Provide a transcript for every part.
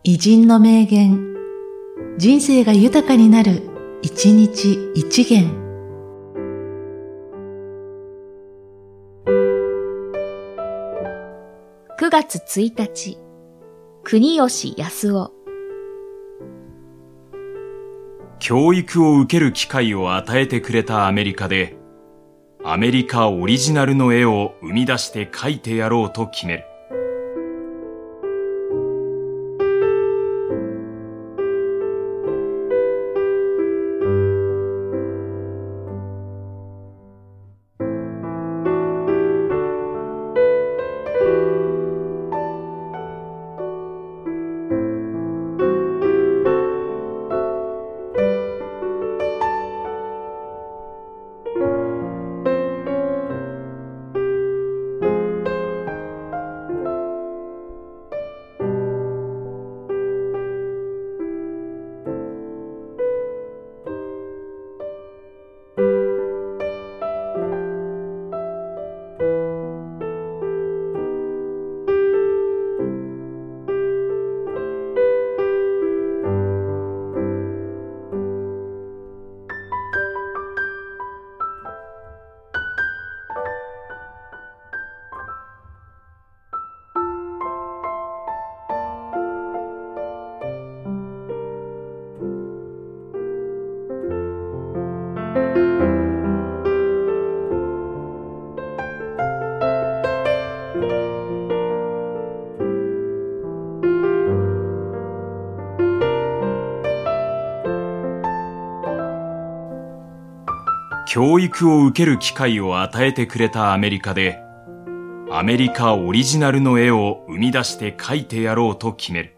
偉人の名言、人生が豊かになる、一日一元。 9月1日、国吉康夫。 教育を受ける機会を与えてくれたアメリカで、アメリカオリジナルの絵を生み出して描いてやろうと決める。教育を受ける機会を与えてくれたアメリカで、アメリカオリジナルの絵を生み出して描いてやろうと決める。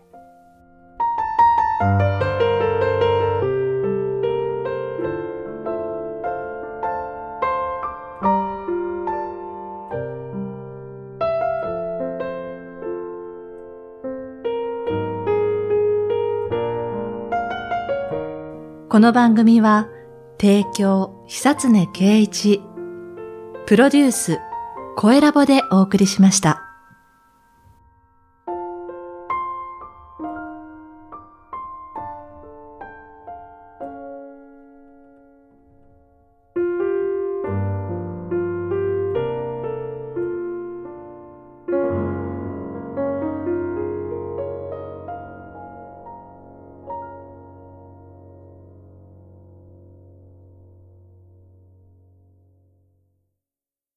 この番組は、提供久常圭一、プロデュース声ラボでお送りしました。